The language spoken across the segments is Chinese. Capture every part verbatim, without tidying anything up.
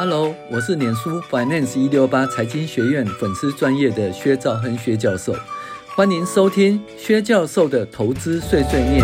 Hello， 我是脸书 Finance 一六八财经学院粉丝专业的薛兆亨薛教授，欢迎收听薛教授的投资碎碎念。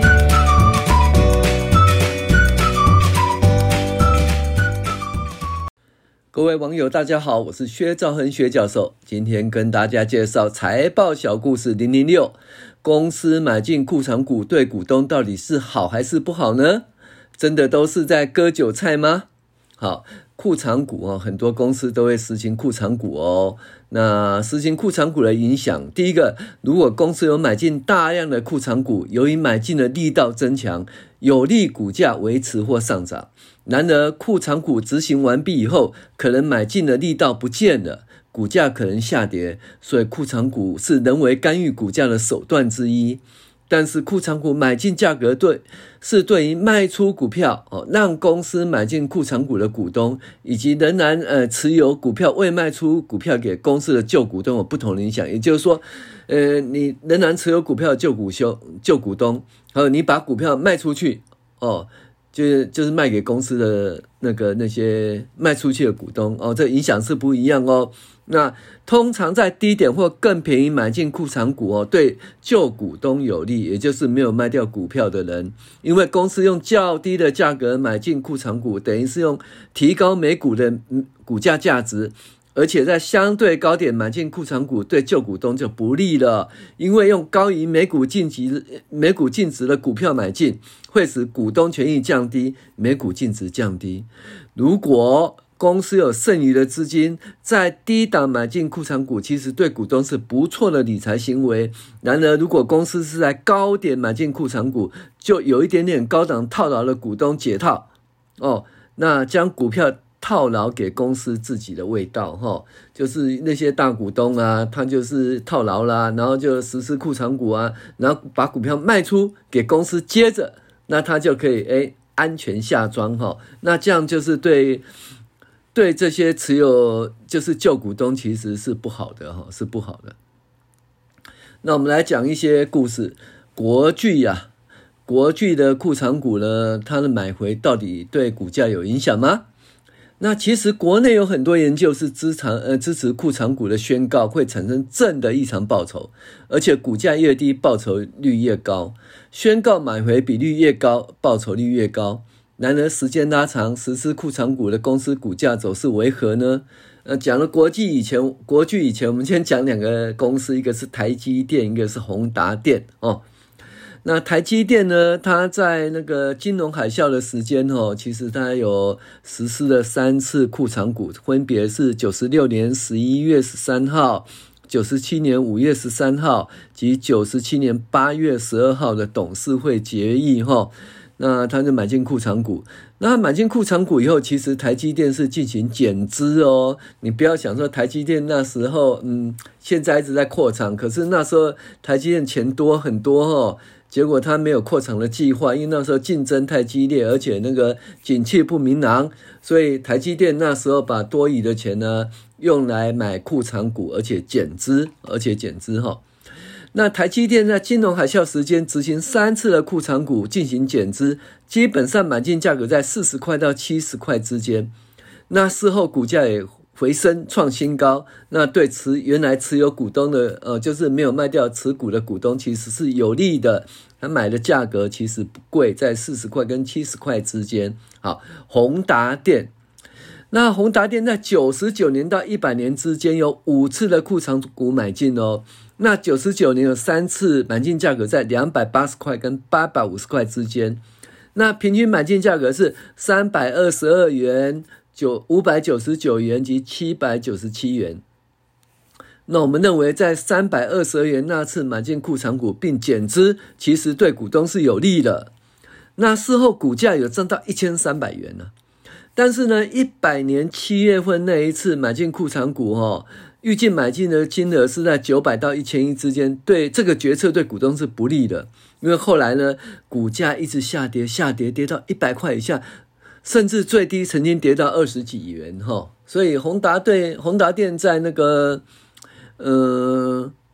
各位网友大家好，我是薛兆亨薛教授，今天跟大家介绍财报小故事零零六，公司买进库藏股对股东到底是好还是不好呢？真的都是在割韭菜吗？好，库藏股哦，很多公司都会实行库藏股哦。那实行库藏股的影响，第一个，如果公司有买进大量的库藏股，由于买进的力道增强，有利股价维持或上涨。然而，库藏股执行完毕以后，可能买进的力道不见了，股价可能下跌，所以库藏股是人为干预股价的手段之一。但是库藏股买进价格对是对于卖出股票哦，让公司买进库藏股的股东，以及仍然呃持有股票未卖出股票给公司的旧股东有不同的影响。也就是说，呃，你仍然持有股票的旧股休旧股东，还有你把股票卖出去哦，就是就是卖给公司的那个那些卖出去的股东哦，这影响是不一样哦。那通常在低点或更便宜买进库藏股哦，对旧股东有利，也就是没有卖掉股票的人，因为公司用较低的价格买进库藏股，等于是用提高每股的股价价值，而且在相对高点买进库藏股，对旧股东就不利了，因为用高于每股净值每股净值的股票买进，会使股东权益降低，每股净值降低。如果公司有剩余的资金，在低档买进库藏股，其实对股东是不错的理财行为。然而，如果公司是在高点买进库藏股，就有一点点高档套牢的股东解套哦，那将股票套牢给公司自己的味道哈、哦，就是那些大股东啊，他就是套牢啦，然后就实施库藏股啊，然后把股票卖出给公司，接着那他就可以诶安全下庄哈、哦，那这样就是对。对这些持有就是旧股东其实是不好的哈，是不好的。那我们来讲一些故事。国巨呀、啊，国巨的库藏股呢，它的买回到底对股价有影响吗？那其实国内有很多研究是支持呃支持库藏股的宣告会产生正的异常报酬，而且股价越低，报酬率越高。宣告买回比率越高，报酬率越高。然而时间拉长，实施库藏股的公司股价走势为何呢？呃，讲了国际以前，国巨以前，我们先讲两个公司，一个是台积电，一个是宏达电哦。那台积电呢，它在那个金融海啸的时间哦，其实它有实施了三次库藏股，分别是九十六年十一月十三号、九十七年五月十三号及九十七年八月十二号的董事会决议哈、哦。那他就买进库藏股，那买进库藏股以后，其实台积电是进行减资哦。你不要想说台积电那时候，嗯，现在一直在扩厂，可是那时候台积电钱多很多哦，结果他没有扩厂的计划，因为那时候竞争太激烈，而且那个景气不明朗，所以台积电那时候把多余的钱呢用来买库藏股，而且减资，而且减资哈、哦。那台积电在金融海啸时间执行三次的库藏股进行减资，基本上买进价格在四十块到七十块之间。那事后股价也回升创新高，那对持原来持有股东的呃，就是没有卖掉持股的股东其实是有利的。他买的价格其实不贵，在四十块跟七十块之间。好，宏达电。那宏达电在九十九年到一百年之间有五次的库藏股买进哦。那九十九年有三次买进价格在两百八十块跟八百五十块之间，那平均买进价格是三百二十二元、五百九十九元及七百九十七元。那我们认为在三百二十二元那次买进库藏股并减资，其实对股东是有利的。那事后股价有涨到一千三百元了。但是呢，一百年七月份那一次买进库藏股哦，预计买进的金额是在九百到一千亿之间，对这个决策对股东是不利的，因为后来呢，股价一直下跌，下跌跌到一百块以下，甚至最低曾经跌到二十几元哈，所以宏达对宏达电在那个呃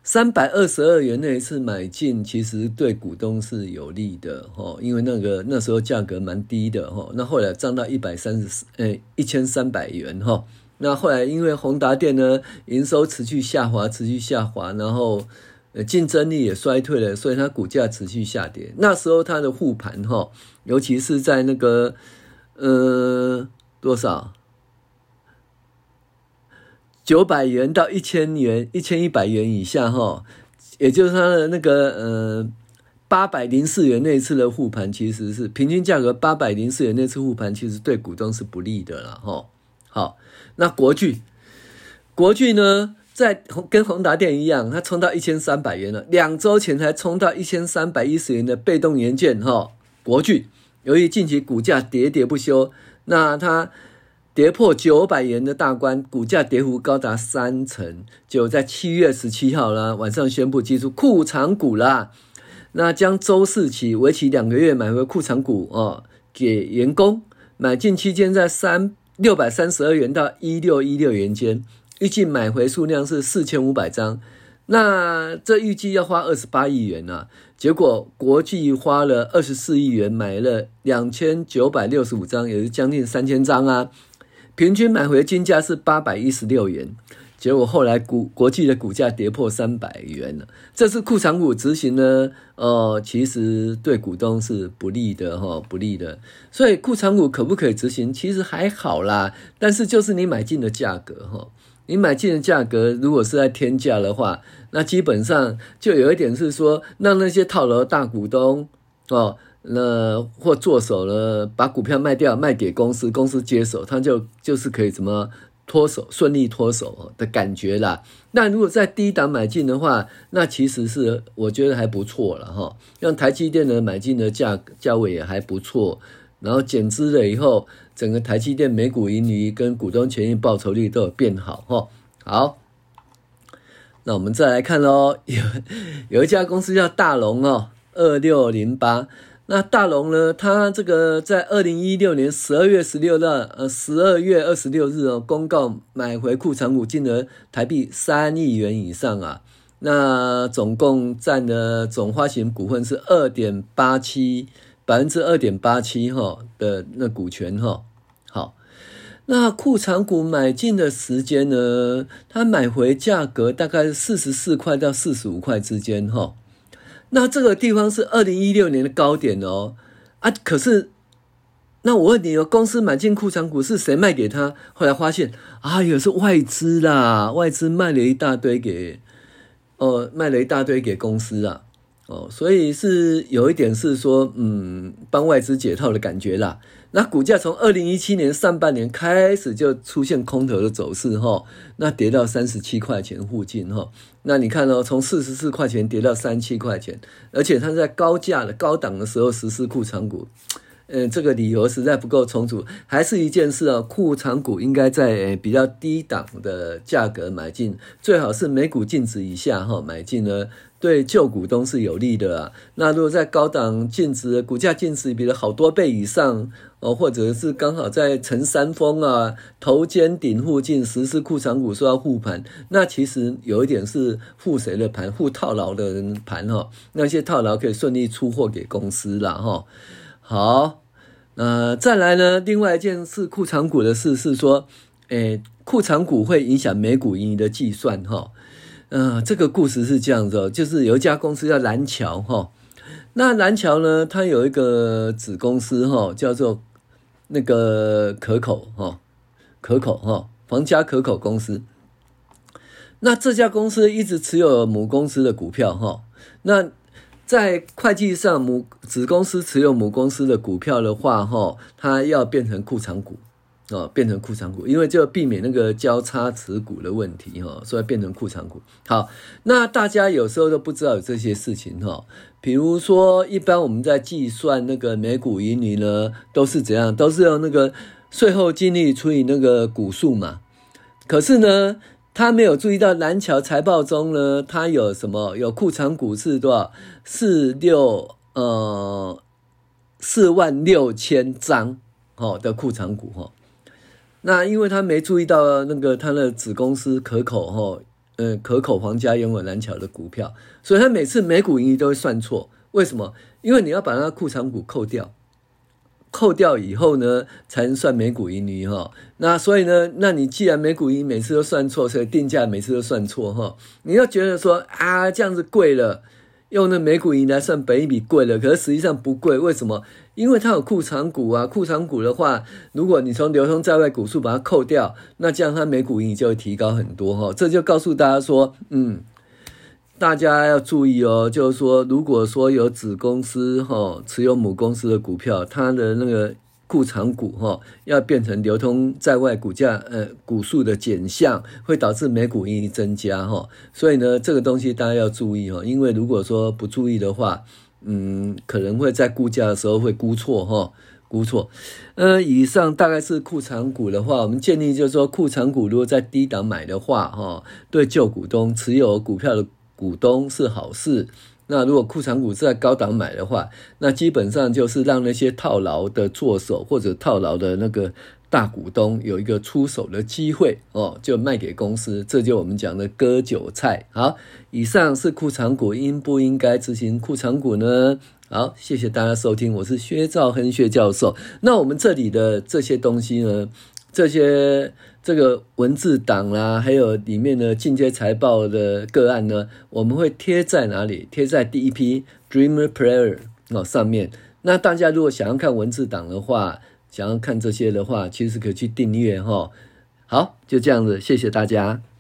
三百二十二元那一次买进，其实对股东是有利的哈，因为那个那时候价格蛮低的哈。那后来涨到一百三十，呃，一千三百元哈。那后来因为宏达电呢营收持续下滑，持续下滑，然后呃竞争力也衰退了，所以它股价持续下跌。那时候它的护盘哈，尤其是在那个呃多少？九百元到一千元、一千一百元以下哈，也就是它的那个呃八百零四元那次的护盘，其实是平均价格八百零四元那次护盘，其实对股东是不利的啦哈。好，那国巨，国巨呢，在跟宏达电一样，它冲到一千三百元了，两周前才冲到一千三百一十元的被动元件哈。国巨由于近期股价跌跌不休，那它跌破九百元的大关，股价跌幅高达三成，就在七月十七号啦，晚上宣布祭出库藏股啦。那将周四起为期两个月买回库藏股哦，给员工买进期间在三六百三十二元到一六一六元间，预计买回数量是四千五百张。那这预计要花二十八亿元啊，结果国巨花了二十四亿元买了两千九百六十五张，也是将近三千张啊。平均买回金价是八百一十六元，结果后来股国巨的股价跌破三百元了。这次库藏股执行呢，呃，其实对股东是不利的哈，不利的。所以库藏股可不可以执行？其实还好啦，但是就是你买进的价格哈，你买进的价格如果是在天价的话，那基本上就有一点是说，让那些套牢的大股东哦。那或做手呢，把股票卖掉，卖给公司，公司接手，他就就是可以怎么脱手，顺利脱手的感觉啦。那如果在低档买进的话，那其实是我觉得还不错了哈。像台积电的买进的价价位也还不错，然后减资了以后，整个台积电每股盈余跟股东权益报酬率都有变好哈。好，那我们再来看咯，有有一家公司叫大龙哦，二六零八。那大龙呢，它这个在二零一六年十二月十六日呃十二月二十六日哦，公告买回库藏股金额台币三亿元以上啊。那总共占的总发行股份是 二点八七 百分之二点八七 哈的那股权哈。好，那库藏股买进的时间呢，它买回价格大概是四十四块到四十五块之间哈。那这个地方是二零一六年的高点哦，啊，可是，那我问你哦，公司买进库藏股是谁卖给他？后来发现，啊，也是外资啦，外资卖了一大堆给，哦，卖了一大堆给公司啊，哦，所以是有一点是说，嗯，帮外资解套的感觉啦。那股价从二零一七年上半年开始就出现空头的走势哈，那跌到三十七块钱附近哈。那你看哦，从四十四块钱跌到三十七块钱，而且它在高价的高档的时候实施库藏股，嗯，这个理由实在不够充足。还是一件事啊，库藏股应该在比较低档的价格买进，最好是每股净值以下哈买进呢，对旧股东是有利的啊。那如果在高档净值股价净值比了好多倍以上哦，或者是刚好在陈山峰啊头肩顶附近实施库藏股说要护盘，那其实有一点是护谁的盘，护套牢的人盘哈，那些套牢可以顺利出货给公司啦哈。好，呃，再来呢，另外一件事库藏股的事是说，诶，库藏股会影响每股盈余的计算哈。呃，这个故事是这样子哦，就是有一家公司叫蓝桥哈，那蓝桥呢，它有一个子公司哈，叫做那个可口哈，可口哈，皇家可口公司。那这家公司一直持有母公司的股票哈，那在会计上母子公司持有母公司的股票的话哈，它要变成库藏股。哦，变成库藏股，因为就避免那个交叉持股的问题哈，所以变成库藏股。好，那大家有时候都不知道有这些事情哈，比如说一般我们在计算那个每股盈余呢，都是怎样，都是用那个税后净利除以那个股数嘛。可是呢，他没有注意到蓝桥财报中呢，它有什么？有库藏股是多少？四六呃四万六千张哦的库藏股哈。那因为他没注意到那个他的子公司可口哈， 呃可口皇家拥有蓝桥的股票，所以他每次每股盈余都会算错。为什么？因为你要把那库藏股扣掉。扣掉以后呢，才能算每股盈余哈。那所以呢，那你既然每股盈余每次都算错，所以定价每次都算错哈。你要觉得说啊，这样子贵了，用那每股盈余来算本益比贵了，可是实际上不贵。为什么？因为它有库藏股啊。库藏股的话，如果你从流通在外股数把它扣掉，那这样它每股盈余就会提高很多哈。这就告诉大家说，嗯。大家要注意哦，就是说，如果说有子公司哈持有母公司的股票，它的那个库藏股哈要变成流通在外股价呃股数的减项，会导致每股盈余增加哈。所以呢，这个东西大家要注意哈，因为如果说不注意的话，嗯，可能会在估价的时候会估错哈。估错，呃，以上大概是库藏股的话，我们建议就是说，库藏股如果在低档买的话，哈，对旧股东持有股票的股东是好事。那如果库藏股是在高档买的话，那基本上就是让那些套牢的做手或者套牢的那个大股东有一个出手的机会哦，就卖给公司，这就我们讲的割韭菜。好，以上是库藏股应不应该执行库藏股呢？好，谢谢大家收听，我是薛兆亨薛教授。那我们这里的这些东西呢，这些这个文字档啦，还有里面的进阶财报的个案呢，我们会贴在哪里？贴在第一批 Dreamer Player 哦上面。那大家如果想要看文字档的话，想要看这些的话，其实可以去订阅哈。好，就这样子，谢谢大家。